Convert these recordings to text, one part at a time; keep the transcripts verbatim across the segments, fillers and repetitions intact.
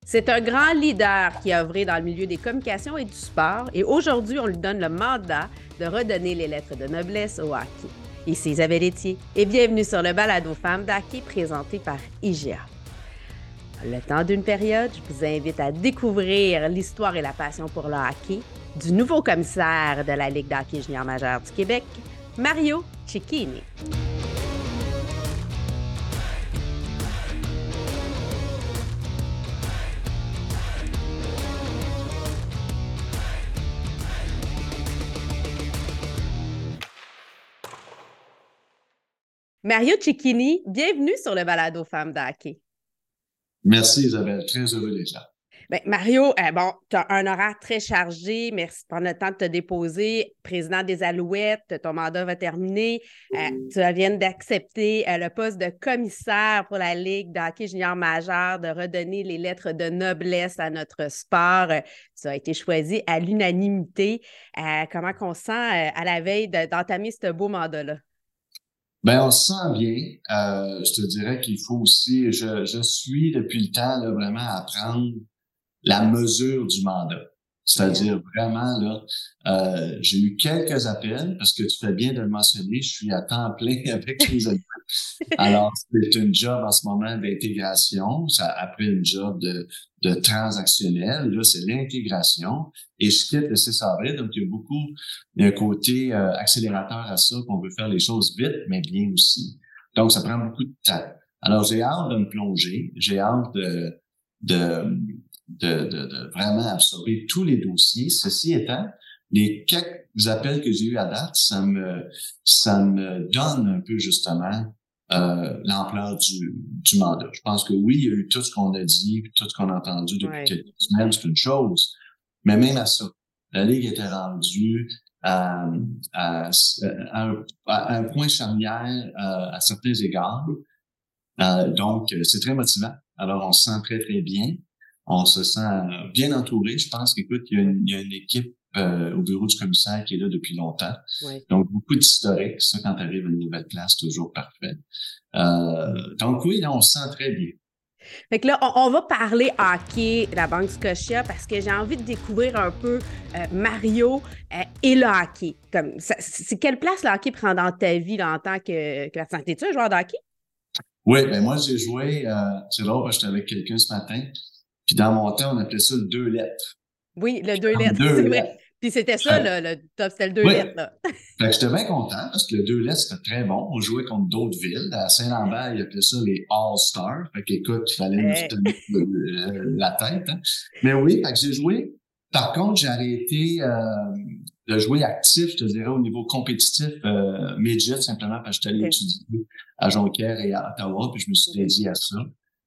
C'est un grand leader qui a œuvré dans le milieu des communications et du sport et aujourd'hui, on lui donne le mandat de redonner les lettres de noblesse au hockey. Ici Isabelle Etier et bienvenue sur le balado Femmes d'hockey présenté par I G A. Le temps d'une période, je vous invite à découvrir l'histoire et la passion pour le hockey du nouveau commissaire de la Ligue d'hockey junior majeur du Québec, Mario Cecchini. Mario Cecchini, bienvenue sur le balado Femmes d'hockey. Merci Isabelle, très heureux d'être là. Bien, Mario, euh, bon, tu as un horaire très chargé. Merci de prendre le temps de te déposer. Président des Alouettes, ton mandat va terminer. Euh, tu viens d'accepter euh, le poste de commissaire pour la Ligue d'hockey junior majeur, de redonner les lettres de noblesse à notre sport. Euh, tu as été choisi à l'unanimité. Euh, comment qu'on se sent euh, à la veille de, d'entamer ce beau mandat-là? Ben, on se sent bien. Euh, je te dirais qu'il faut aussi, je, je suis depuis le temps là, vraiment à prendre la mesure du mandat. C'est-à-dire vraiment, là, euh, j'ai eu quelques appels, parce que tu fais bien de le mentionner, je suis à temps plein avec les amis. Alors, c'est une job en ce moment d'intégration, ça après une job de, de transactionnel, là, c'est l'intégration. Et je quitte le six avril, donc il y a beaucoup, il y a un côté euh, accélérateur à ça, qu'on veut faire les choses vite, mais bien aussi. Donc, ça prend beaucoup de temps. Alors, j'ai hâte de me plonger, j'ai hâte de, de De, de, de vraiment absorber tous les dossiers. Ceci étant, les quelques appels que j'ai eus à date, ça me ça me donne un peu justement euh, l'ampleur du, du mandat. Je pense que oui, il y a eu tout ce qu'on a dit, tout ce qu'on a entendu depuis Ouais. quelques semaines, c'est une chose. Mais même à ça, la Ligue était rendue à, à, à, un, à un point charnière à, à certains égards. Euh, donc, c'est très motivant. Alors, on se sent très, très bien. On se sent bien entouré. Je pense qu'écoute, il y a une, il y a une équipe euh, au bureau du commissaire qui est là depuis longtemps. Ouais. Donc, beaucoup d'historique. Ça, quand tu arrives à une nouvelle place, toujours parfait. Euh, donc, oui, là, on se sent très bien. Fait que là, on, on va parler hockey, la Banque Scotia, parce que j'ai envie de découvrir un peu euh, Mario euh, et le hockey. Comme, ça, c'est quelle place le hockey prend dans ta vie là, en tant que, que T'es-tu un joueur de hockey? Oui, ben moi, j'ai joué, euh, c'est drôle, parce que j'étais avec quelqu'un ce matin. Puis dans mon temps, on appelait ça le deux lettres. Oui, le deux lettres, Deux c'est vrai. lettres. Puis c'était ça, le, le top, c'était le deux Oui. lettres. Là. Fait que j'étais bien content parce que le deux lettres, c'était très bon. On jouait contre d'autres villes. À Saint-Lambert, ils appelaient ça les All-Stars. Fait qu'écoute, il fallait nous Hey. tenir euh, la tête. Hein. Mais oui, fait que j'ai joué. Par contre, j'ai arrêté euh, de jouer actif, je te dirais, au niveau compétitif, euh, midget, simplement parce que j'étais allé Okay. étudier à Jonquière et à Ottawa, puis je me suis dédié à ça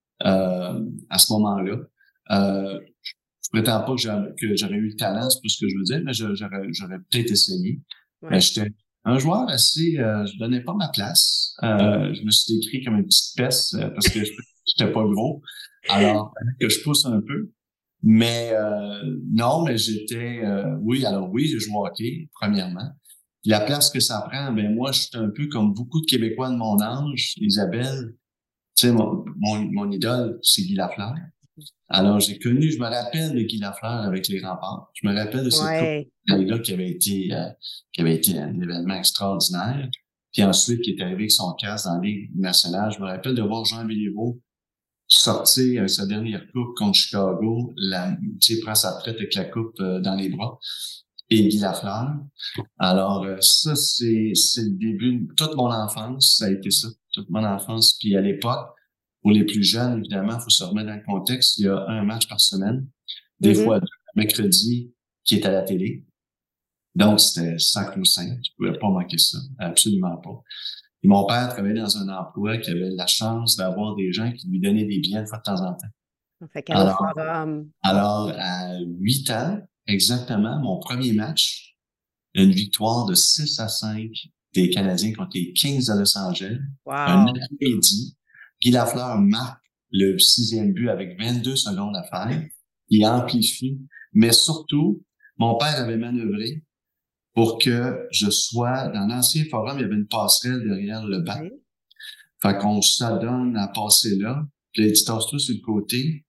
euh, à ce moment-là. Euh, je prétends pas que j'aurais, que j'aurais eu le talent, c'est pas ce que je veux dire, mais je, j'aurais, j'aurais peut-être essayé. Ouais. Mais j'étais un joueur assez, euh, je donnais pas ma place. Euh, je me suis décrit comme une petite peste euh, parce que j'étais pas gros. Alors, que je pousse un peu. Mais euh, non, mais j'étais, euh, oui, alors oui, j'ai joué au hockey, premièrement. Puis la place que ça prend, ben moi, je suis un peu comme beaucoup de Québécois de mon âge, Isabelle. Tu sais, mon, mon, mon idole, c'est Guy Lafleur. Alors, j'ai connu, je me rappelle de Guy Lafleur avec les Remparts. Je me rappelle de cette Ouais. coupe-là qui avait été, euh, qui avait été un événement extraordinaire. Puis ensuite, qui est arrivé avec son casque dans la Ligue nationale. Je me rappelle de voir Jean Béliveau sortir euh, sa dernière coupe contre Chicago. La, tu sais, prend sa retraite avec la coupe euh, dans les bras. Et Guy Lafleur. Alors, euh, ça, c'est, c'est le début. Toute mon enfance, ça a été ça. Toute mon enfance. Puis à l'époque, pour les plus jeunes, évidemment, il faut se remettre dans le contexte. Il y a un match par semaine, des Mm-hmm. fois deux, mercredi, qui est à la télé. Donc, c'était sacro-saint. Tu pouvais pas manquer ça. Absolument pas. Et mon père travaillait dans un emploi qui avait la chance d'avoir des gens qui lui donnaient des billets une fois de temps en temps. Fait qu'elle au Alors, forum. alors, à huit ans, exactement, mon premier match, une victoire de six à cinq des Canadiens contre les Kings de Los Angeles. Wow. Un après-midi, Guy Lafleur marque le sixième but avec vingt-deux secondes à faire. Il amplifie. Mais surtout, mon père avait manœuvré pour que je sois dans l'ancien forum, il y avait une passerelle derrière le banc. Oui. Fait qu'on s'adonne à passer là. Puis il dit, tasse-toi sur le côté.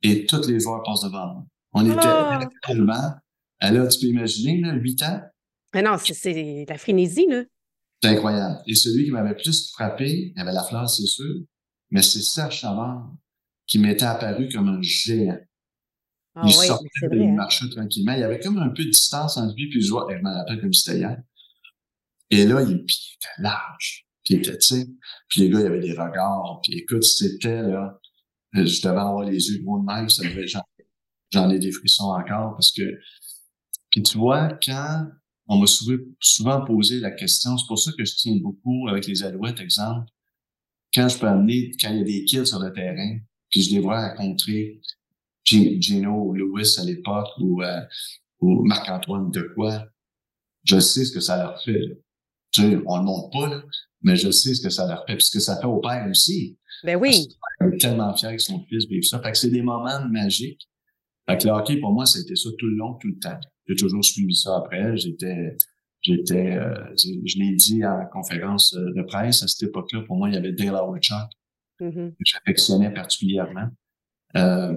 et tous les joueurs passent devant moi. On était Oh! tellement... Là, tu peux imaginer, là, huit ans. Mais non, c'est, c'est la frénésie, là. C'est incroyable. Et celui qui m'avait plus frappé, il avait la fleur, c'est sûr, mais c'est Serge Savard qui m'était apparu comme un géant. Ah Il oui, sortait, mais c'est de vrai, il hein? marchait tranquillement. Il y avait comme un peu de distance entre lui et le joueur. Et je m'en rappelle comme si c'était hier. Et là, il, puis il était large. Puis il était, tu sais. Puis les gars, il y avait des regards. Puis écoute, c'était, là, je devais avoir les yeux gros de même. Ça devait, j'en, j'en ai des frissons encore parce que, puis tu vois, quand on m'a souvent, souvent posé la question, c'est pour ça que je tiens beaucoup avec les Alouettes, exemple, quand je peux amener, quand il y a des kids sur le terrain, puis je les vois rencontrer Gino Lewis à l'époque ou, euh, ou Marc-Antoine Dequoy, je sais ce que ça leur fait. Là. Tu sais, on le montre pas, là, mais je sais ce que ça leur fait, puis ce que ça fait au père aussi. Ben Parce oui. qu'il est tellement fier que son fils vive ça. Fait que c'est des moments magiques. Fait que le hockey, pour moi, c'était ça tout le long, tout le temps. J'ai toujours suivi ça après. J'étais, j'étais, euh, je l'ai dit en conférence de presse, à cette époque-là, pour moi, il y avait Dale Hawerchuk, Mm-hmm. que j'affectionnais particulièrement. Euh,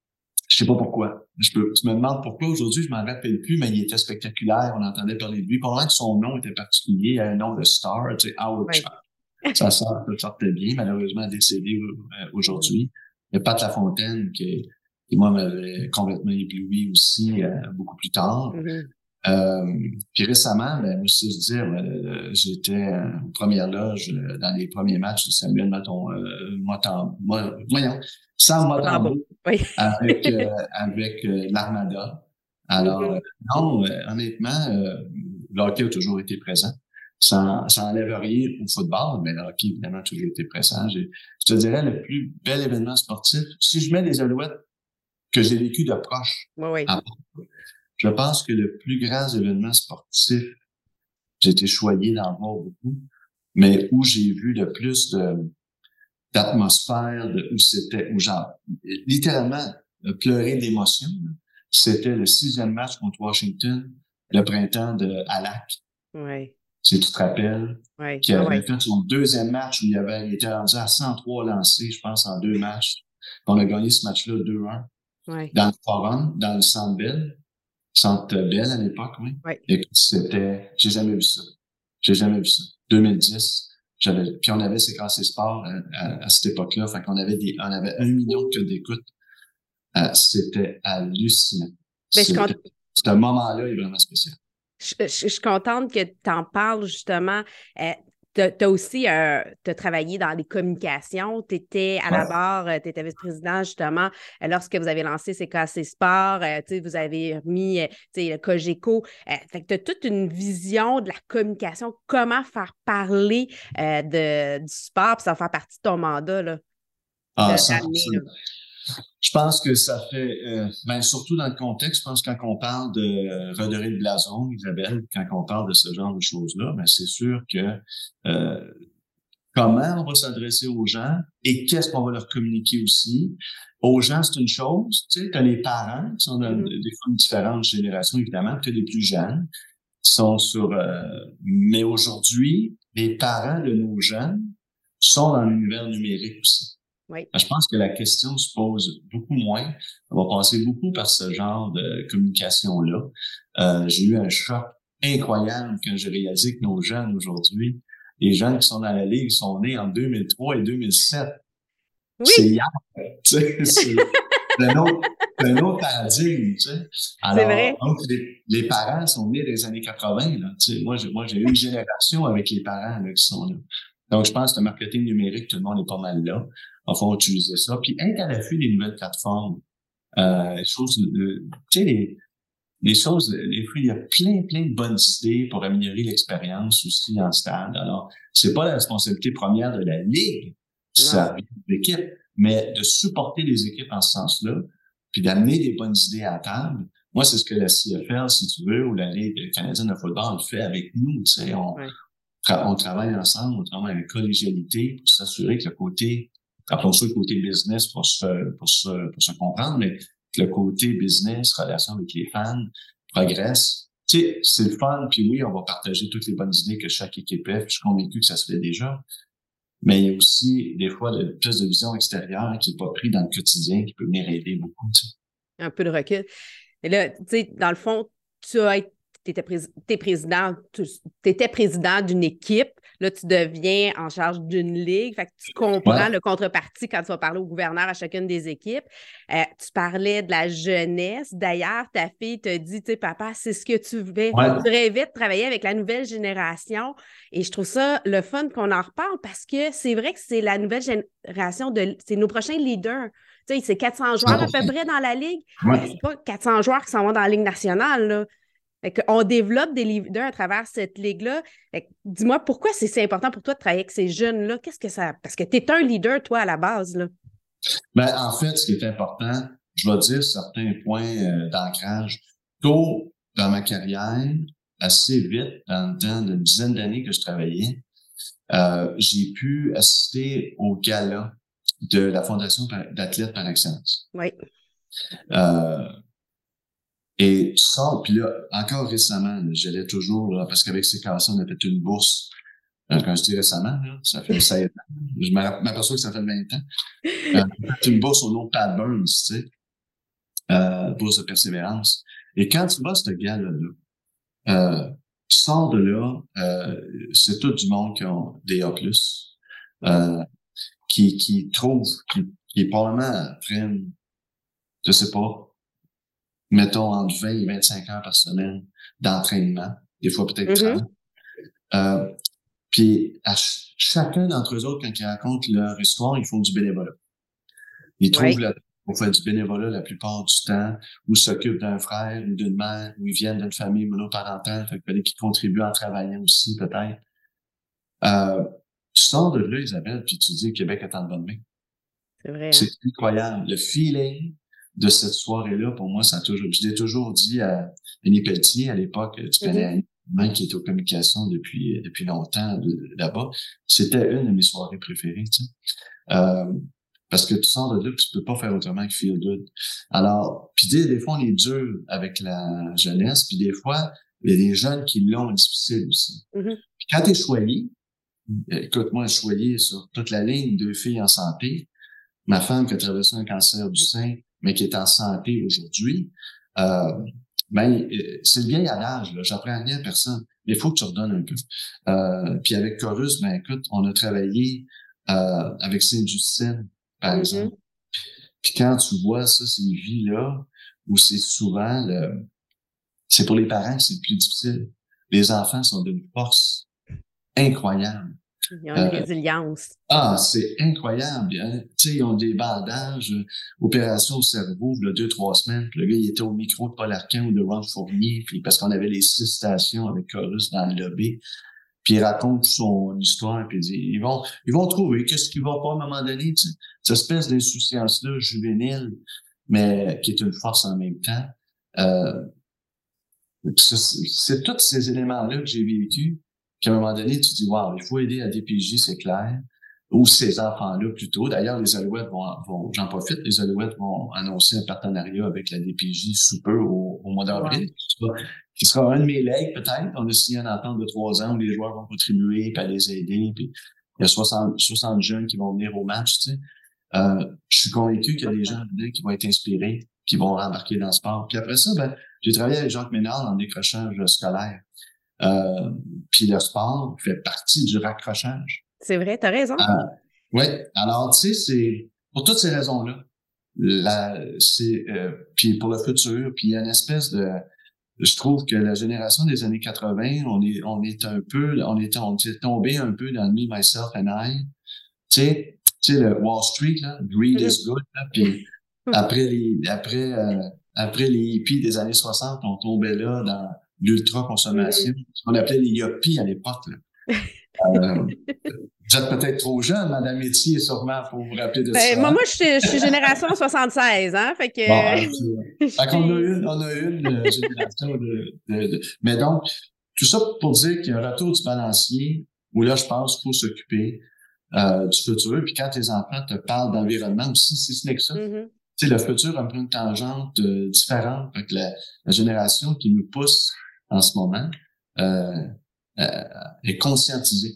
je sais pas pourquoi. Je peux, tu me demandes pourquoi aujourd'hui, je m'en rappelle plus, mais il était spectaculaire, on entendait parler de lui. Pendant que son nom était particulier, il a un nom de star, tu sais, Hawerchuk. Oui. Ça sort, ça sortait bien, malheureusement décédé aujourd'hui. Il y a Pat Lafontaine qui, qui moi, m'avait complètement ébloui aussi euh, beaucoup plus tard. Mm-hmm. Euh, puis récemment, ben, moi, je veux dire, euh, j'étais en première loge euh, dans les premiers matchs de Samuel Moton, euh, Moton, Mo, voyons, Sam Motambo Oui. avec, euh, avec euh, l'Armada. Alors, Mm-hmm. euh, non, euh, honnêtement, euh, le hockey a toujours été présent. Ça, ça enlève rien au football, mais le hockey, évidemment, a toujours été présent. J'ai, je te dirais, le plus bel événement sportif, si je mets les Alouettes que j'ai vécu de proche, Oui, oui. à je pense que le plus grand événement sportif, j'ai été choyé d'en voir beaucoup, mais où j'ai vu le plus de d'atmosphère, de, où c'était, où genre, littéralement, pleurer d'émotion, c'était le sixième match contre Washington, le printemps de Halak, Oui. si tu te rappelles, Oui. qui Ah, avait oui. fait son deuxième match où il avait, il était rendu à cent trois lancés, je pense, en deux matchs. On a gagné ce match-là deux un. Oui. Dans le forum, dans le Centre Bell. Centre Bell à l'époque, oui. Oui. Et c'était, j'ai jamais vu ça. J'ai jamais vu ça. deux mille dix, j'avais, puis on avait Séquencé Sport à, à, à cette époque-là, fait qu'on avait des, on avait un million de codes d'écoute. Euh, c'était hallucinant. Ben, je, C'était, ce moment-là est vraiment spécial. je, je, je suis contente que tu en parles justement. Euh, tu as aussi euh, t'as travaillé dans les communications. Tu étais à la Ouais. barre, tu étais vice-président justement euh, lorsque vous avez lancé C K C Sport. Euh, vous avez mis euh, le Cogeco. Euh, fait que tu as toute une vision de la communication, comment faire parler euh, de, du sport, puis ça va faire partie de ton mandat là, Ah, d'amener. Là. Je pense que ça fait, euh, ben surtout dans le contexte, je pense que quand on parle de euh, redorer le blason, Isabelle, quand on parle de ce genre de choses-là, ben c'est sûr que euh, comment on va s'adresser aux gens et qu'est-ce qu'on va leur communiquer aussi. Aux gens, c'est une chose, tu sais, t'as les parents qui sont dans Mm-hmm. des fois différentes générations, évidemment, que les plus jeunes qui sont sur... Euh, mais aujourd'hui, les parents de nos jeunes sont dans l'univers numérique aussi. Oui. Je pense que la question se pose beaucoup moins. On va passer beaucoup par ce genre de communication-là. Euh, j'ai eu un choc incroyable quand j'ai réalisé que nos jeunes aujourd'hui, les jeunes qui sont dans la Ligue, sont nés en deux mille trois et deux mille sept. Oui. C'est hier. C'est, c'est un autre, un autre paradigme. Tu sais. Alors, c'est vrai. donc, les, les parents sont nés des années quatre-vingts. Là. Tu sais, moi, j'ai, moi, j'ai eu une génération avec les parents là, qui sont là. Donc, je pense que le marketing numérique, tout le monde est pas mal là. Il faut utiliser ça. Puis être à l'affût des nouvelles plateformes. Euh, choses, euh, tu sais, les, les choses, les fruits, il y a plein, plein de bonnes idées pour améliorer l'expérience aussi en stade. Alors, c'est pas la responsabilité première de la Ligue, ça vient de l'équipe, mais de supporter les équipes en ce sens-là, puis d'amener des bonnes idées à la table. Moi, c'est ce que la C F L, si tu veux, ou la Ligue canadienne de football fait avec nous. Tu sais, on, ouais. on travaille ensemble, on travaille avec collégialité pour s'assurer que le côté, appelons ça le côté business pour se, pour se, pour se comprendre, mais que le côté business, relation avec les fans, progresse. Tu sais, c'est le fun, puis oui, on va partager toutes les bonnes idées que chaque équipe fait, je suis convaincu que ça se fait déjà. Mais il y a aussi, des fois, le plus de vision extérieure qui n'est pas pris dans le quotidien, qui peut venir aider beaucoup, tu sais. Un peu de recul. Et là, tu sais, dans le fond, tu as été, t'étais prés- t'es président, tu étais président d'une équipe. Là, tu deviens en charge d'une ligue. Fait que tu comprends Ouais, le contrepartie quand tu vas parler au gouverneur à chacune des équipes. Euh, tu parlais de la jeunesse. D'ailleurs, ta fille te dit, tu sais, papa, c'est ce que tu veux. ouais, Tu rêvais de travailler avec la nouvelle génération. Et je trouve ça le fun qu'on en reparle parce que c'est vrai que c'est la nouvelle génération de, c'est nos prochains leaders. Tu sais, c'est quatre cents joueurs à peu cent pour cent. près dans la ligue. Mais Ouais. c'est pas quatre cents joueurs qui s'en vont dans la Ligue nationale, là. Fait qu'on développe des leaders à travers cette ligue-là. Fait que dis-moi, pourquoi c'est si important pour toi de travailler avec ces jeunes-là? Qu'est-ce que ça... Parce que tu es un leader, toi, à la base, là. Ben, en fait, ce qui est important, je vais dire certains points euh, d'ancrage. Tôt dans ma carrière, assez vite, dans le temps d'une dizaine d'années que je travaillais, euh, j'ai pu assister au gala de la Fondation par- d'athlètes par excellence. Oui. Euh, et tu sors, puis là, encore récemment, là, j'allais toujours, là, parce qu'avec ces classes, on a fait une bourse. Euh, Quand je dis récemment, là, ça fait seize ans. Je me- m'aperçois que ça fait vingt ans. Euh, on a fait une bourse au nom de Pat Burns, tu sais, euh, bourse de persévérance. Et quand tu vas à ce gala-là, euh, tu sors de là, euh, c'est tout du monde qui ont des A plus, euh, qui, qui trouve, qui, qui est probablement prennent, je sais pas, mettons entre vingt et vingt-cinq heures par semaine d'entraînement, des fois peut-être Mhm. trente. Euh, puis à ch- chacun d'entre eux autres, quand ils racontent leur histoire, ils font du bénévolat. Ils trouvent Oui. la, pour faire du bénévolat la plupart du temps, ou s'occupent d'un frère ou d'une mère, ou ils viennent d'une famille monoparentale, fait qu'il fallait qu'ils contribuent en travaillant aussi, peut-être. Euh, tu sors de là, Isabelle, puis tu dis Québec est en bonne main. C'est vrai, C'est hein? incroyable. Le feeling de cette soirée-là, pour moi, ça a toujours, je l'ai toujours dit à Annie Pelletier, à l'époque, tu connais Mhm. Annie, même qui est aux communications depuis, depuis longtemps de- là-bas. C'était une de mes soirées préférées, tu sais. Euh, parce que tu sors de là, tu peux pas faire autrement que feel good. Alors, puis des, des fois, on est dur avec la jeunesse, puis des fois, il y a des jeunes qui l'ont difficile aussi. Mhm. Puis quand t'es choyé, écoute, moi, choyé sur toute la ligne, deux filles en santé, ma femme qui a traversé un cancer du sein, mais qui est en santé aujourd'hui, euh, ben, euh, c'est le vieil adage, là. J'apprends rien à personne. Mais il faut que tu redonnes un peu. Euh, puis avec Chorus, ben, écoute, on a travaillé, euh, avec Sainte-Justine, par Mhm. exemple. Puis quand tu vois ça, ces vies-là, où c'est souvent le, c'est pour les parents que c'est le plus difficile. Les enfants sont d'une force incroyable. Ils ont une Euh, résilience. Ah, c'est incroyable. Hein? Tu sais, ils ont des bandages, euh, opération au cerveau, il y a deux, trois semaines. Puis le gars, il était au micro de Paul Arcand ou de Ron Fournier, puis parce qu'on avait les six stations avec Chorus dans le lobby. Puis il raconte son histoire, puis il dit, ils vont, ils vont trouver qu'est-ce qui va pas à un moment donné, tu sais. Cette espèce d'insouciance-là, juvénile, mais qui est une force en même temps. Euh, c'est c'est tous ces éléments-là que j'ai vécu, qu'à un moment donné, tu dis, wow, il faut aider la D P J, c'est clair, ou ces enfants-là plutôt. D'ailleurs, les Alouettes vont, vont j'en profite, les Alouettes vont annoncer un partenariat avec la D P J sous peu au, au mois Wow. d'avril, qui sera, qui sera un de mes legs peut-être. On a signé une entente de trois ans où les joueurs vont contribuer, puis à les aider, puis il y a soixante, soixante jeunes qui vont venir au match, tu sais. Euh, je suis convaincu qu'il y a des gens là-dedans qui vont être inspirés, qui vont rembarquer dans le sport. Puis après ça, ben, j'ai travaillé avec Jacques Ménard en décrochage scolaire. Euh, puis le sport fait partie du raccrochage. C'est vrai, t'as raison. Euh, oui, alors tu sais, c'est pour toutes ces raisons-là. La, c'est euh, puis pour le futur, puis il y a une espèce de, je trouve que la génération des années quatre-vingts, on est, on est un peu, on est, on est tombé un peu dans le me, myself and I. Tu sais, tu sais le Wall Street là, greed Mhm. is good. Là, puis après les, après, euh, après les hippies des années soixante, on tombait là dans l'ultra-consommation. Mhm. Ce qu'on appelait les yuppies à l'époque. Là. Euh, vous êtes peut-être trop jeune, Madame Métier, sûrement, pour vous rappeler de Ben, ça. moi, Hein? moi, je suis, je suis génération soixante-seize, hein? Fait que Bon, alors, tu vois. je Fait qu'on a suis. une, on a une euh, génération de, de, de- Mais donc, tout ça pour dire qu'il y a un retour du balancier où là, je pense qu'il faut s'occuper euh, du futur. Puis quand tes enfants te parlent d'environnement aussi, si ce n'est que ça. Mhm. Tu sais, le futur a un peu une tangente euh, différente. Fait que la, la génération qui nous pousse en ce moment euh, euh, est conscientisée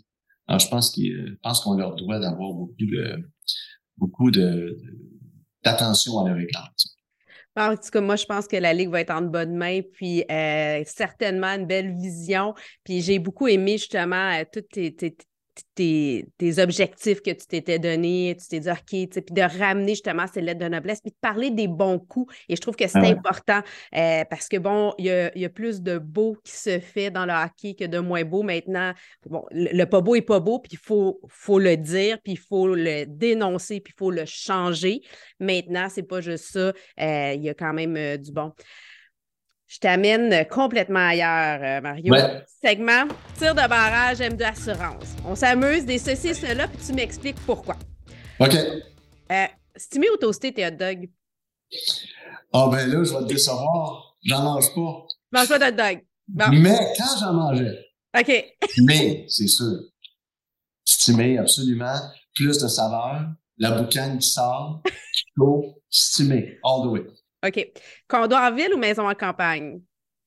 Alors, je pense qu'ils, je pense qu'on leur doit d'avoir beaucoup de, beaucoup de, d'attention à leur égard. En tout cas, moi, je pense que la Ligue va être en bonne main, puis euh, certainement une belle vision. Puis j'ai beaucoup aimé justement euh, tous tes, tes, tes, tes objectifs que tu t'étais donnés. Tu t'es dit, OK, tu sais, puis de ramener justement ces lettres de noblesse, puis de parler des bons coups. Et je trouve que c'est Ah ouais. important euh, parce que, bon, il y a, y a plus de beau qui se fait dans le hockey que de moins beau. Maintenant, bon, le, le pas beau est pas beau, puis il faut, faut le dire, puis il faut le dénoncer, puis il faut le changer. Maintenant, c'est pas juste ça. Euh, il y a quand même euh, du bon. Je t'amène complètement ailleurs, euh, Mario. Ouais. Segment, tir de barrage, M deux Assurance. On s'amuse des ceci, cela, puis tu m'expliques pourquoi. OK. Euh, Stimé ou toasté tes hot dogs? Ah, ben là, je vais te décevoir. J'en mange pas. Mange pas de hot dog. Bon. Mais quand j'en mangeais, OK. mais, c'est sûr, stimé, absolument, plus de saveur, la boucane qui sort, chaud, stimé, all the way. OK. Condo en ville ou maison en campagne?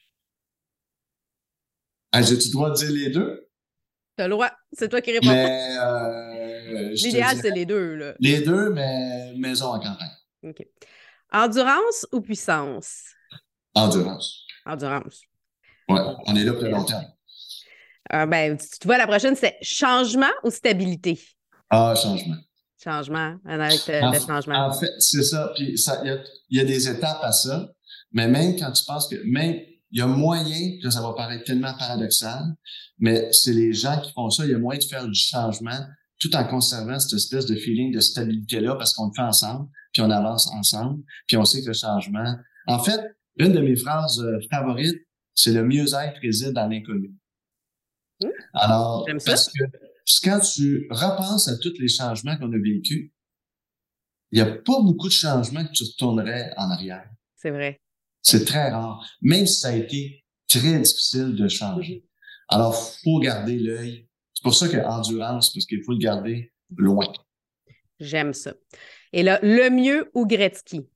Ah, j'ai-tu le droit de dire les deux? T'as le droit. C'est toi qui réponds. Mais, euh, je te L'idéal, dirais c'est les deux, là. les deux, mais maison en campagne. OK. Endurance ou puissance? Endurance. Endurance. Ouais, on est là pour le long terme. Euh, ben, tu vois, la prochaine, c'est changement ou stabilité? Ah, changement. Changement, avec le, En, le changement. en fait, c'est ça. Puis ça, il y a, y a des étapes à ça. Mais même quand tu penses que, même, il y a moyen, que ça va paraître tellement paradoxal, mais c'est les gens qui font ça, il y a moyen de faire du changement tout en conservant cette espèce de feeling de stabilité-là parce qu'on le fait ensemble, puis on avance ensemble, puis on sait que le changement... En fait, une de mes phrases euh, favorites, c'est le mieux-être réside dans l'inconnu. Mmh. Alors, J'aime ça. parce que quand tu repenses à tous les changements qu'on a vécus, il n'y a pas beaucoup de changements que tu retournerais en arrière. C'est vrai. C'est très rare, même si ça a été très difficile de changer. Mm-hmm. Alors, faut garder l'œil. C'est pour ça que endurance, parce qu'il faut le garder loin. J'aime ça. Et là, le mieux ou Gretzky?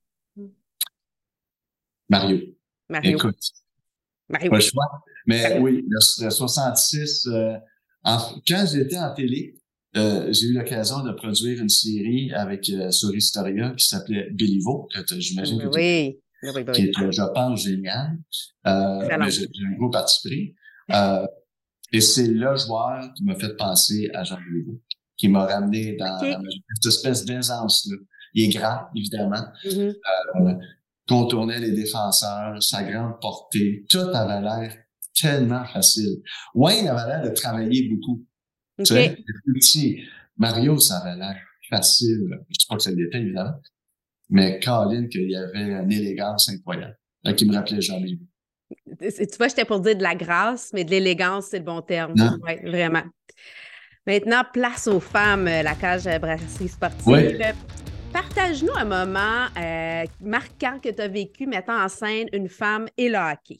Mario. Mario. Écoute, Mario. pas le choix. Mais Mario. Oui, le, le soixante-six, euh, en, quand j'étais en télé, euh, j'ai eu l'occasion de produire une série avec euh, sur Historia qui s'appelait Béliveau, que j'imagine que oui. tu Oui, oui, oui. qui est, je pense, génial. Euh, mais j'ai, j'ai un gros parti pris. Euh, et c'est le joueur qui m'a fait penser à Jean Béliveau, qui m'a ramené dans, okay. dans cette espèce d'aisance-là. Il est grand, évidemment. Mm-hmm. Euh, contournait les défenseurs, sa grande portée. Tout avait l'air tellement facile. Wayne avait l'air de travailler beaucoup. Okay. Tu sais, le petit Mario, ça avait l'air facile. Je sais pas que ça l'était, évidemment. Mais Colin, qu'il y avait une élégance incroyable. Là, qui me rappelait Jean-Louis. Tu vois, j'étais pour dire de la grâce, mais de l'élégance, c'est le bon terme. Oui, vraiment. Maintenant, place aux femmes, la cage brasserie sportive. Oui. Partage-nous un moment euh, marquant que tu as vécu mettant en scène une femme et le hockey.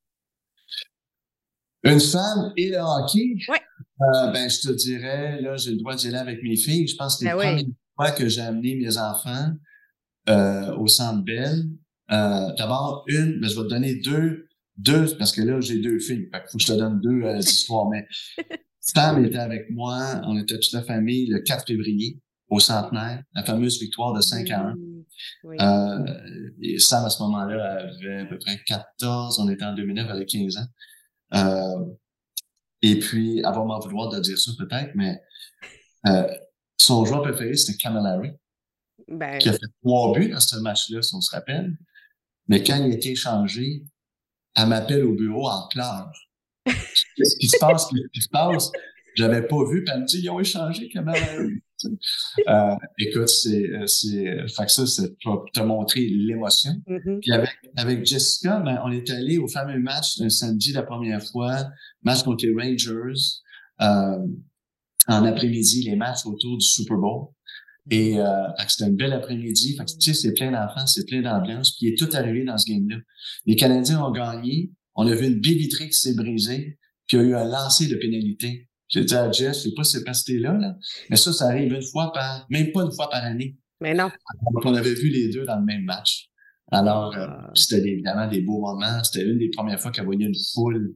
Une femme et le hockey? Oui. Euh, ben, je te dirais, là, j'ai le droit d'y aller avec mes filles. Je pense que c'est ben la oui. première fois que j'ai amené mes enfants Euh, au Centre Bell. Euh, d'abord, une, mais je vais te donner deux, deux, parce que là, j'ai deux filles. Fait qu'il faut que je te donne deux euh, histoires. Mais Sam était avec moi, on était toute la famille le quatre février au centenaire, la fameuse victoire de cinq à un. Oui. Euh, et Sam, à ce moment-là, avait à peu près quatorze, on était en deux mille neuf, elle avait quinze ans. Euh, et puis, elle va m'en vouloir de dire ça peut-être, mais euh, son joueur préféré, c'était Camilleri. Ben... qui a fait trois buts dans ce match-là, si on se rappelle. Mais quand il a été échangé, elle m'appelle au bureau en pleurs. Qu'est-ce qui se passe? Qu'est-ce qui se passe? J'avais pas vu, puis elle me dit, ils ont échangé Camilleri. euh, écoute, c'est, c'est, fait que ça, c'est pour te montrer l'émotion. Mm-hmm. Puis avec, avec Jessica, ben, on est allé au fameux match d'un samedi la première fois, match contre les Rangers, euh, en après-midi, les matchs autour du Super Bowl. Et euh, c'était une belle après-midi. Fait que, tu sais, c'est plein d'enfants, c'est plein d'ambiance. Puis il est tout arrivé dans ce game-là. Les Canadiens ont gagné. On a vu une baie vitrée qui s'est brisée. Puis il y a eu un lancer de pénalité. J'ai dit à Jess, je sais pas si c'est passé là, là. Mais ça, ça arrive une fois par, même pas une fois par année. Mais non. Donc, on avait vu les deux dans le même match. Alors, euh, c'était évidemment des beaux moments. C'était une des premières fois qu'elle voyait une foule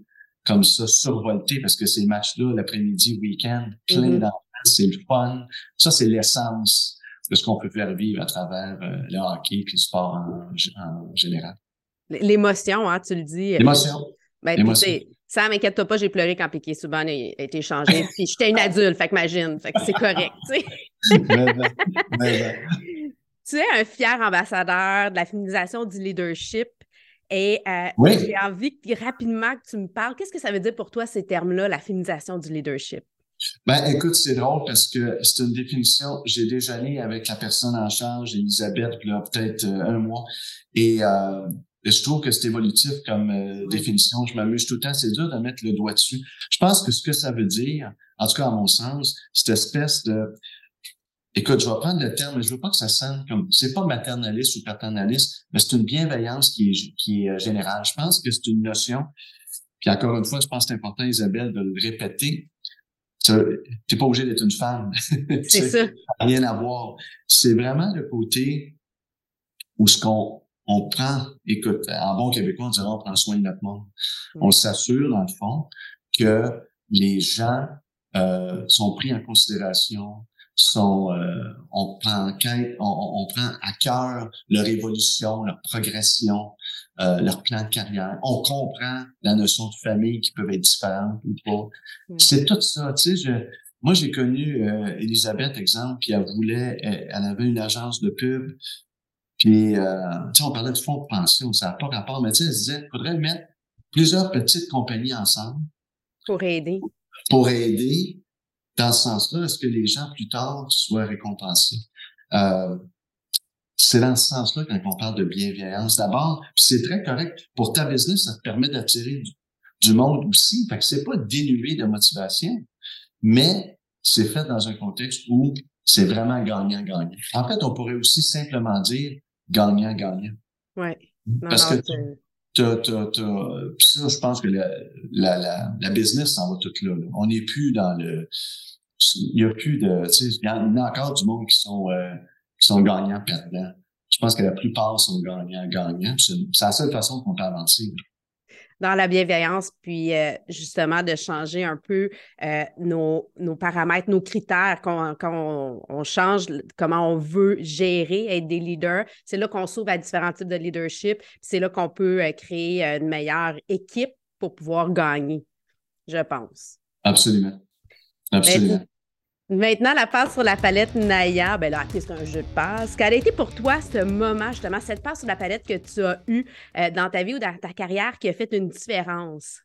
comme ça, survolté, parce que ces matchs-là, l'après-midi, week-end, plein mm-hmm. d'enfants, c'est le fun. Ça, c'est l'essence de ce qu'on peut faire vivre à travers euh, le hockey puis le sport en, en général. L'émotion, hein, tu le dis. L'émotion. Ben, L'émotion. Puis, Sam, inquiète-toi pas, j'ai pleuré quand Piquet Subban a été échangé. Puis j'étais une adulte, fait qu'imagine, fait que c'est correct, tu sais. mais ben, mais ben. Tu es un fier ambassadeur de la féminisation du leadership. Et euh, oui. j'ai envie que, rapidement que tu me parles. Qu'est-ce que ça veut dire pour toi, ces termes-là, la féminisation du leadership? Ben, écoute, c'est drôle parce que c'est une définition. J'ai déjeuné avec la personne en charge, Elisabeth, là, peut-être euh, un mois. Et euh, je trouve que c'est évolutif comme euh, oui. définition. Je m'amuse tout le temps. C'est dur de mettre le doigt dessus. Je pense que ce que ça veut dire, en tout cas à mon sens, cette espèce de... Écoute, je vais prendre le terme, mais je veux pas que ça sonne comme... C'est pas maternaliste ou paternaliste, mais c'est une bienveillance qui est, qui est générale. Je pense que c'est une notion. Puis encore une fois, je pense que c'est important, Isabelle, de le répéter. T'es pas obligé d'être une femme. C'est ça. Rien à voir. C'est vraiment le côté où ce qu'on on prend, écoute, en bon québécois, on dirait on prend soin de notre monde. Mm. On s'assure, dans le fond, que les gens euh, sont pris en considération, sont, euh, on prend en quête, on, on prend à cœur leur évolution, leur progression, euh, leur plan de carrière. On comprend la notion de famille qui peuvent être différentes ou pas. Mm. C'est tout ça, tu sais. Je, moi, j'ai connu euh, Elisabeth, exemple, puis elle voulait, elle, elle avait une agence de pub, puis euh, tu sais, on parlait de fonds de pension, ça n'a pas rapport, mais tu sais, elle se disait, il faudrait mettre plusieurs petites compagnies ensemble pour aider. Pour aider. Dans ce sens-là, est-ce que les gens, plus tard, soient récompensés? Euh, c'est dans ce sens-là quand on parle de bienveillance. D'abord, c'est très correct. Pour ta business, ça te permet d'attirer du, du monde aussi. Fait que c'est pas dénué de motivation, mais c'est fait dans un contexte où c'est vraiment gagnant-gagnant. En fait, on pourrait aussi simplement dire gagnant-gagnant. Oui. Parce non, que t'as, t'as, t'as, puis ça, je pense que la, la, la, la business s'en va toute là, là. On n'est plus dans le... Il y a plus de... Tu sais, il y en a encore du monde qui sont, euh, qui sont gagnants-perdants. Je pense que la plupart sont gagnants-gagnants. C'est, c'est la seule façon qu'on peut avancer, là. Dans la bienveillance, puis euh, justement de changer un peu euh, nos, nos paramètres, nos critères, quand, quand on, on change comment on veut gérer, être des leaders. C'est là qu'on s'ouvre à différents types de leadership, puis c'est là qu'on peut euh, créer une meilleure équipe pour pouvoir gagner, je pense. Absolument. Absolument. Mais, maintenant, la passe sur la palette Naya, ben là, c'est un jeu de passe. Quel a été pour toi ce moment, justement, cette passe sur la palette que tu as eue euh, dans ta vie ou dans ta carrière qui a fait une différence?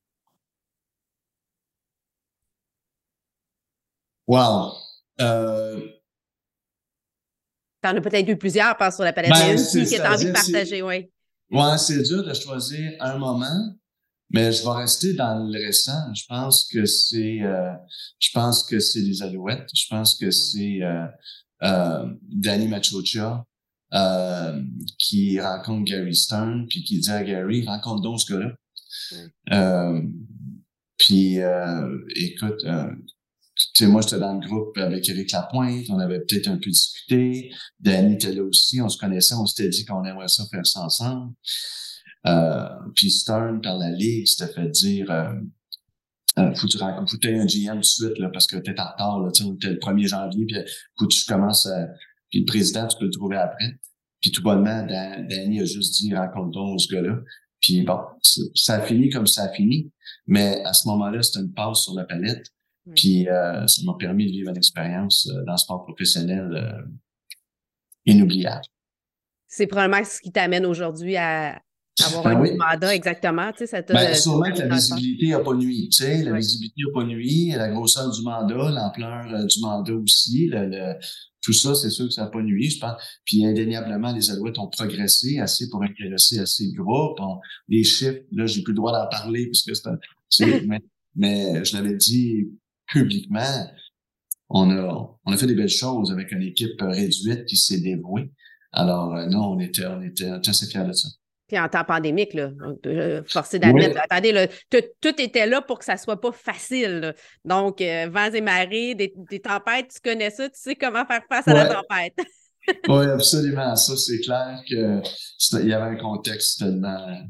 Wow! Euh... Tu en as peut-être eu plusieurs passes sur la palette, ben, mais une qui que tu as envie de partager, oui. Ouais, c'est dur de choisir un moment. Mais je vais rester dans le récent. Je pense que c'est, euh, je pense que c'est les Alouettes. Je pense que c'est euh, euh, Danny Machocha euh, qui rencontre Gary Stern, puis qui dit à Gary, rencontre donc ce gars-là. Mm. Euh, puis, euh, écoute, euh, tu sais, moi j'étais dans le groupe avec Éric Lapointe. On avait peut-être un peu discuté. Danny était là aussi. On se connaissait. On s'était dit qu'on aimerait ça faire ça ensemble. Euh, puis Stern, par la Ligue, s'était fait dire euh, euh, faut que tu rencontres, faut que tu aies un G M tout de suite, là, parce que t'es en retard, là, tu sais, t'es le premier janvier, puis faut que tu commences à... Puis le président, tu peux le trouver après. Puis tout bonnement, Dan, Danny a juste dit rencontre donc ce gars-là. Puis bon, ça a fini comme ça a fini. Mais à ce moment-là, c'était une passe sur la palette. Mmh. Puis euh, ça m'a permis de vivre une expérience euh, dans le sport professionnel euh, inoubliable. C'est probablement ce qui t'amène aujourd'hui à avoir ben un oui. mandat, exactement. Tu sais, ça ben, sûrement que la visibilité n'a pas nuit. Tu sais, la oui. visibilité n'a pas nuit, la grosseur du mandat, l'ampleur euh, du mandat aussi, le, le, tout ça, c'est sûr que ça n'a pas nuit, je pense. Puis indéniablement, les Alouettes ont progressé assez pour intéresser assez de groupes. On, les chiffres, là, j'ai plus le droit d'en parler parce que c'est, c'est mais, mais je l'avais dit publiquement, on a, on a fait des belles choses avec une équipe réduite qui s'est dévouée. Alors, euh, non, on était, on était assez fiers de ça. Puis en temps pandémique, là, euh, forcé d'admettre, oui. attendez, là, tout, tout était là pour que ça soit pas facile. Là. Donc, euh, vents et marées, des, des tempêtes, tu connais ça, tu sais comment faire face à ouais. la tempête. Oui, absolument. Ça, c'est clair que il y avait un contexte tellement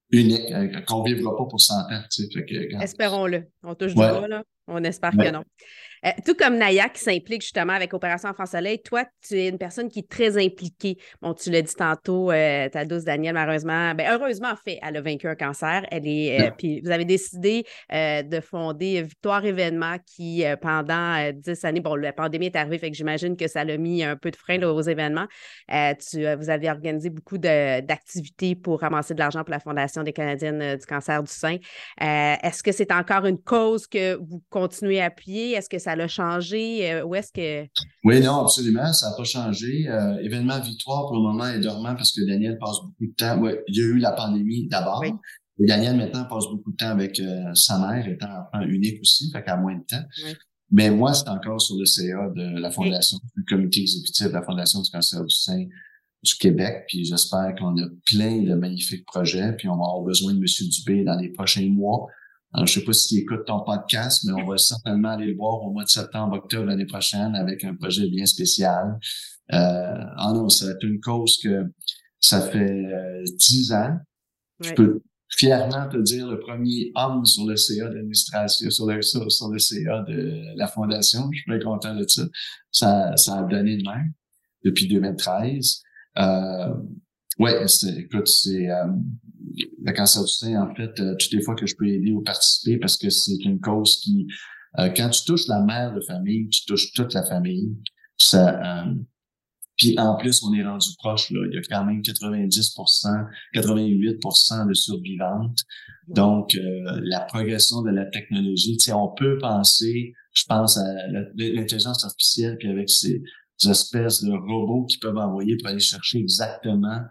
unique, euh, qu'on vivra pas pour cent ans, tu sais. Fait que, regarde. Espérons-le. On touche du Ouais, bois, là. On espère que ouais. non. Euh, tout comme Naya qui s'implique justement avec Opération Enfant Soleil, toi, tu es une personne qui est très impliquée. Bon, tu l'as dit tantôt, euh, ta douce Danielle, malheureusement, ben, heureusement, en fait, elle a vaincu un cancer. Elle est, euh, puis vous avez décidé euh, de fonder Victoire Événement qui, euh, pendant euh, dix années, bon, la pandémie est arrivée, fait que j'imagine que ça l'a mis un peu de frein là, aux événements. Euh, tu, euh, vous avez organisé beaucoup de, d'activités pour ramasser de l'argent pour la Fondation des Canadiennes euh, du cancer du sein. Euh, est-ce que c'est encore une cause que vous continuez à appuyer? Est-ce que ça l'a changé? Euh, où est-ce que... Oui, non, absolument, ça n'a pas changé. Euh, événement Victoire, pour le moment, est dormant parce que Daniel passe beaucoup de temps. Ouais, il y a eu la pandémie Oui, d'abord. Et Daniel, maintenant, passe beaucoup de temps avec euh, sa mère, étant enfant unique aussi, fait qu'elle a moins de temps. oui. Mais moi, c'est encore sur le C A de la OK. Fondation, du comité exécutif de la Fondation du cancer du sein du Québec. Puis j'espère qu'on a plein de magnifiques projets. Puis on va avoir besoin de M. Dubé dans les prochains mois. Alors, je sais pas s'il écoute ton podcast, mais on va certainement aller le voir au mois de septembre, octobre l'année prochaine avec un projet bien spécial. Euh, ah non, c'est une cause que ça fait euh, dix ans. Je Oui. peux fièrement te dire le premier homme sur le C A d'administration, sur le, sur, sur le C A de la Fondation. Je suis très content de ça. Ça, ça a donné de même depuis deux mille treize. Euh, ouais, c'est, écoute, c'est euh, le cancer du sein, en fait, euh, toutes les fois que je peux aider ou participer parce que c'est une cause qui, euh, quand tu touches la mère de famille, tu touches toute la famille. Ça, euh, puis en plus, on est rendu proche, là. Il y a quand même quatre-vingt-dix pour cent, quatre-vingt-huit pour cent de survivantes. Wow. Donc, euh, la progression de la technologie, tu sais, on peut penser, je pense à la- l'intelligence artificielle, puis avec ces espèces de robots qui peuvent envoyer pour aller chercher exactement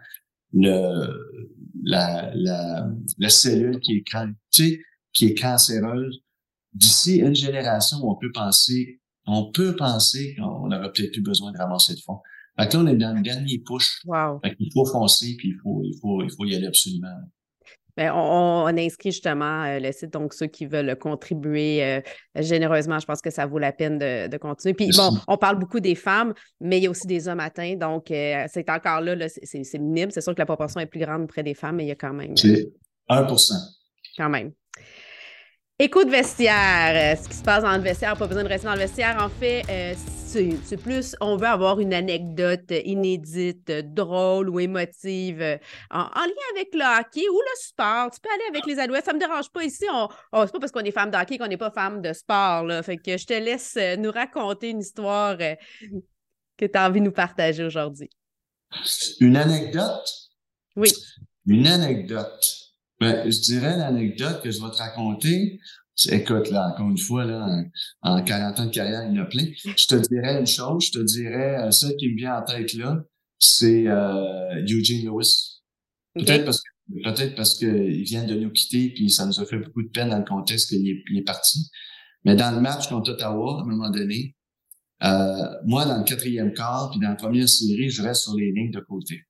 le la la, la cellule qui est can- tu sais, qui est cancéreuse. D'ici une génération, on peut penser, on peut penser qu'on aurait peut-être plus besoin de ramasser de fonds. Fait que là, on est dans le dernier push. Wow. Fait qu'il faut foncer, puis il faut, il faut, il faut y aller absolument. Bien, on, on inscrit justement euh, le site, donc ceux qui veulent contribuer euh, généreusement, je pense que ça vaut la peine de, de continuer. Puis bon, Merci. on parle beaucoup des femmes, mais il y a aussi des hommes atteints, donc euh, c'est encore là, là c'est, c'est c'est minime. C'est sûr que la proportion est plus grande près des femmes, mais il y a quand même, euh, C'est un pour cent. quand même. Écoute vestiaire, euh, ce qui se passe dans le vestiaire, pas besoin de rester dans le vestiaire. En fait, euh, c'est, c'est plus, on veut avoir une anecdote inédite, euh, drôle ou émotive euh, en, en lien avec le hockey ou le sport. Tu peux aller avec les Alouettes, ça me dérange pas ici. On, oh, c'est pas parce qu'on est femme de hockey qu'on n'est pas femme de sport, là. Fait que je te laisse euh, nous raconter une histoire euh, que tu as envie de nous partager aujourd'hui. Une anecdote? Oui. Une anecdote. Ben, je dirais l'anecdote que je vais te raconter. Écoute, là, encore une fois, là, en, en quarante ans de carrière, il y en a plein. Je te dirais une chose, je te dirais, euh, celle qui me vient en tête là, c'est euh, Eugene Lewis. Peut-être OK? parce que peut-être parce qu'il vient de nous quitter, puis ça nous a fait beaucoup de peine dans le contexte qu'il est, il est parti. Mais dans le match contre Ottawa, à un moment donné, euh, moi, dans le quatrième quart, puis dans la première série, je reste sur les lignes de côté.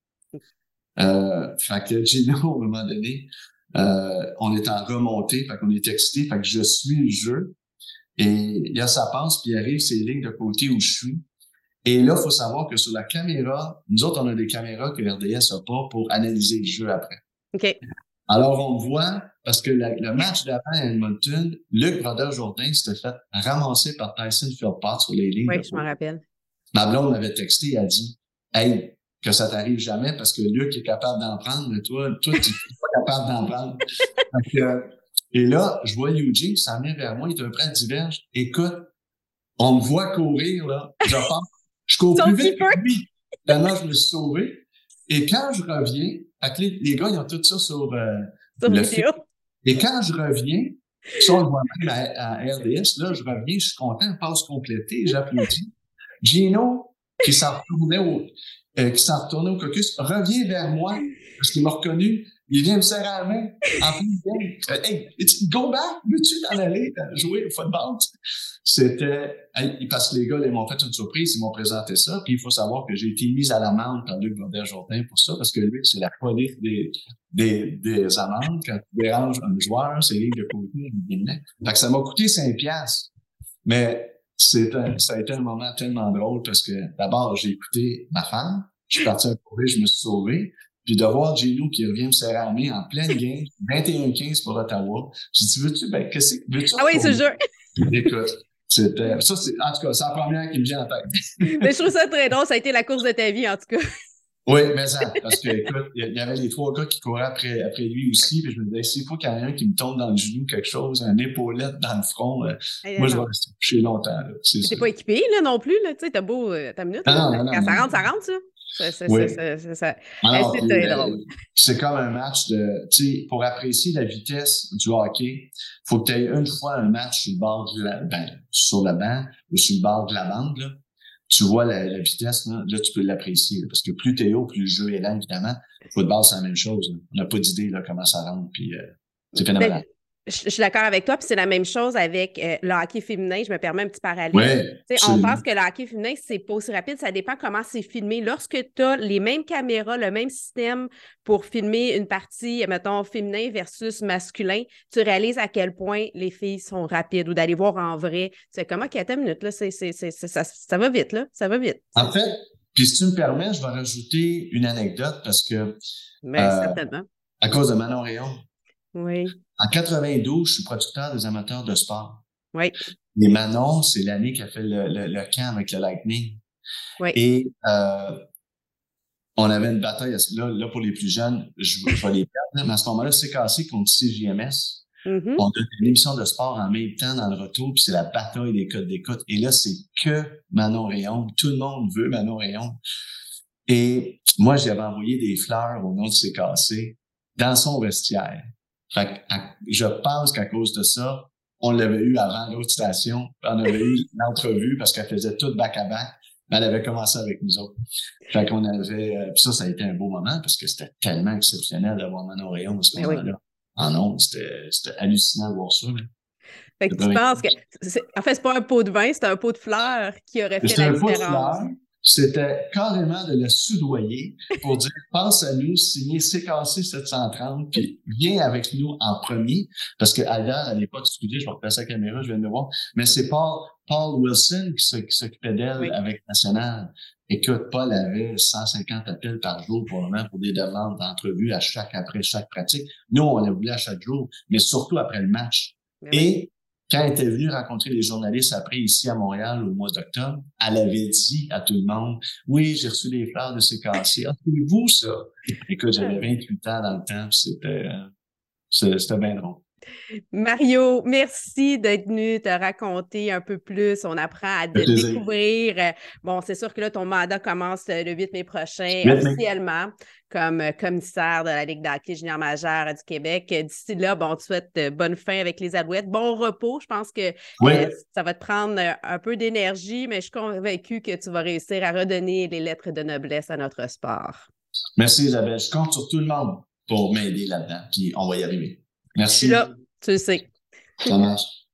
Euh, fait que Gino, à un moment donné, euh, on est en remontée, fait qu'on est excité, fait que je suis le jeu. Et il y a sa passe, puis il arrive ces lignes de côté où je suis. Et là, il faut savoir que sur la caméra, nous autres, on a des caméras que R D S n'a pas pour analyser le jeu après. OK. Alors, on voit, parce que la, le match d'avant à Edmonton, Luc Brodeur-Jourdain s'était fait ramasser par Tyson Philpott sur les lignes Oui, de je m'en côté. que Ma blonde m'avait texté, elle a dit, « Hey, que ça t'arrive jamais parce que Luc est capable d'en prendre, mais toi, toi, tu n'es pas capable d'en prendre. » Et là, je vois Eugene qui s'en vient vers moi, il est un près de diverge. Écoute, on me voit courir, là. Je pense, je cours plus vite que lui. Tellement je me suis sauvé. Et quand je reviens, fait que les, les gars, ils ont tout ça sur, euh, Sur le vidéo. film. Et quand je reviens, ça, on le voit même à, à R D S, là, je reviens, je suis content, passe complétée, j'applaudis. Gino, qui s'en retournait au, euh, qui s'en retournait au caucus, revient vers moi, parce qu'il m'a reconnu. Il vient me serrer la main en plein game. Hey, go back, veux-tu t'en aller jouer au football? C'était, hey, parce que les gars, ils m'ont fait une surprise, ils m'ont présenté ça, puis il faut savoir que j'ai été mise à l'amende par Luc Brodeur-Jourdain pour ça, parce que Luc, c'est la police des, des, des amendes. Quand tu déranges un joueur, c'est ligne de côté, il Fait que ça m'a coûté cinq piastres. Mais c'est un, ça a été un moment tellement drôle parce que d'abord, j'ai écouté ma femme, je suis parti à courir, je me suis sauvé. puis de voir Gino qui revient me serrer la main en pleine game, vingt et un quinze pour Ottawa. J'ai dit, veux-tu, ben, qu'est-ce que, veux-tu? Ah oui, c'est sûr. Écoute, c'était, ça, c'est, en tout cas, c'est la première qui me vient en tête. Mais je trouve ça très drôle. Ça a été la course de ta vie, en tout cas. Oui, mais ça, parce que, écoute, il y avait les trois gars qui couraient après, après lui aussi, puis je me disais, s'il faut qu'il y en ait un qui me tombe dans le genou, quelque chose, un épaulette dans le front, euh, Hey, moi, non. je vais rester couché longtemps, là. C'est T'es ça. pas équipé, là, non plus, là. Tu sais, t'as beau, euh, ta minute, là. Ah, non, non, Quand non, ça non. rentre, ça rentre, ça. C'est, c'est, Oui. c'est, c'est, c'est, Alors, c'est puis, très euh, drôle. c'est comme un match de, tu sais, pour apprécier la vitesse du hockey, faut que tu aies une fois un match sur le bord de la, ben, sur le banc ou sur le bord de la bande, là. Tu vois la, la vitesse, là, là, tu peux l'apprécier, là, parce que plus t'es haut, plus le jeu est lent, évidemment. Football, c'est la même chose, là. On n'a pas d'idée, là, comment ça rentre, puis euh, c'est phénoménal. Je, je suis d'accord avec toi, puis c'est la même chose avec euh, le hockey féminin. Je me permets un petit parallèle. Oui, on pense que le hockey féminin, c'est pas aussi rapide. Ça dépend comment c'est filmé. Lorsque tu as les mêmes caméras, le même système pour filmer une partie, mettons, féminin versus masculin, tu réalises à quel point les filles sont rapides ou d'aller voir en vrai. C'est comment qu'il y a ta minute, là, c'est, c'est, c'est, ça, ça va vite, là. Ça va vite. En fait, puis si tu me permets, je vais rajouter une anecdote parce que Mais euh, certainement. à cause de Manon Réaume. Oui. En quatre-vingt-douze, je suis producteur des amateurs de sport. Oui. Et Manon, c'est l'année qui a fait le, le, le camp avec le Lightning. Oui. Et euh, on avait une bataille, là, là pour les plus jeunes, je, je vais les perdre, mais à ce moment-là, c'est cassé contre C J M S. Mm-hmm. On a une émission de sport en même temps dans le retour, puis c'est la bataille des codes d'écoute. Et là, c'est que Manon Réaume. Tout le monde veut Manon Réaume. Et moi, j'avais envoyé des fleurs au nom de C K C dans son vestiaire. Fait que, je pense qu'à cause de ça, on l'avait eu avant l'autre station. On avait eu l'entrevue parce qu'elle faisait tout back-à-back. Mais elle avait commencé avec nous autres. Fait qu'on avait... Euh, puis ça, ça a été un beau moment parce que c'était tellement exceptionnel d'avoir Manon Réaume à ce moment-là. Oui. En ondes, c'était, c'était hallucinant de voir ça. Là. Fait que tu penses que... C'est, en fait, c'est pas un pot de vin, c'est un pot de fleurs qui aurait fait c'était la un différence. Pot de fleurs. C'était carrément de la soudoyer pour dire « Pense à nous, signer C K C sept cent trente, puis viens avec nous en premier. » Parce que Alda, à l'époque, excusez, je vais repasser la caméra, je viens de le voir, mais c'est Paul, Paul Wilson qui, qui s'occupait d'elle oui. avec National. Écoute, Paul avait cent cinquante appels par jour pour le moment pour des demandes d'entrevue à chaque, après chaque pratique. Nous, on a voulu à chaque jour, mais surtout après le match. Oui. Et quand elle était venue rencontrer les journalistes après ici à Montréal au mois d'octobre, elle avait dit à tout le monde, oui, j'ai reçu des fleurs de C K C. Ah, c'est vous, ça? Écoute, j'avais vingt-huit ans dans le temps, c'était, c'était, c'était bien drôle. Mario, merci d'être venu te raconter un peu plus. On apprend à te découvrir. Bon, c'est sûr que là, ton mandat commence le huit mai prochain, huit officiellement, mai. Comme commissaire de la Ligue d'hockey junior majeure du Québec. D'ici là, bon, on te souhaite bonne fin avec les Alouettes. Bon repos. Je pense que oui. euh, ça va te prendre un peu d'énergie, mais je suis convaincue que tu vas réussir à redonner les lettres de noblesse à notre sport. Merci, Isabelle. Je compte sur tout le monde pour m'aider là-dedans, puis on va y arriver. Merci. Je suis là, tu le sais. Ça marche.